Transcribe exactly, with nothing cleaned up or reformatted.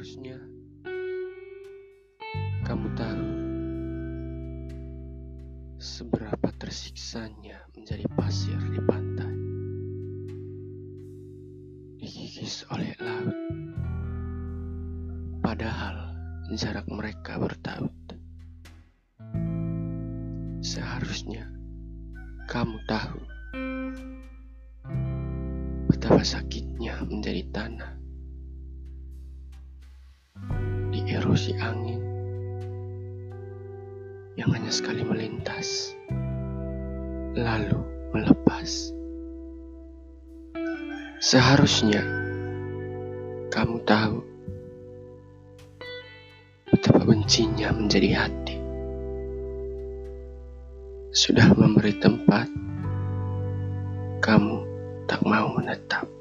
Seharusnya kamu tahu seberapa tersiksanya menjadi pasir di pantai, dikikis oleh laut, padahal jarak mereka bertaut. Seharusnya kamu tahu betapa sakitnya menjadi tanah, dierosi angin yang hanya sekali melintas lalu melepas. Seharusnya kamu tahu betapa bencinya menjadi hati, sudah memberi tempat, kamu tak mau menetap.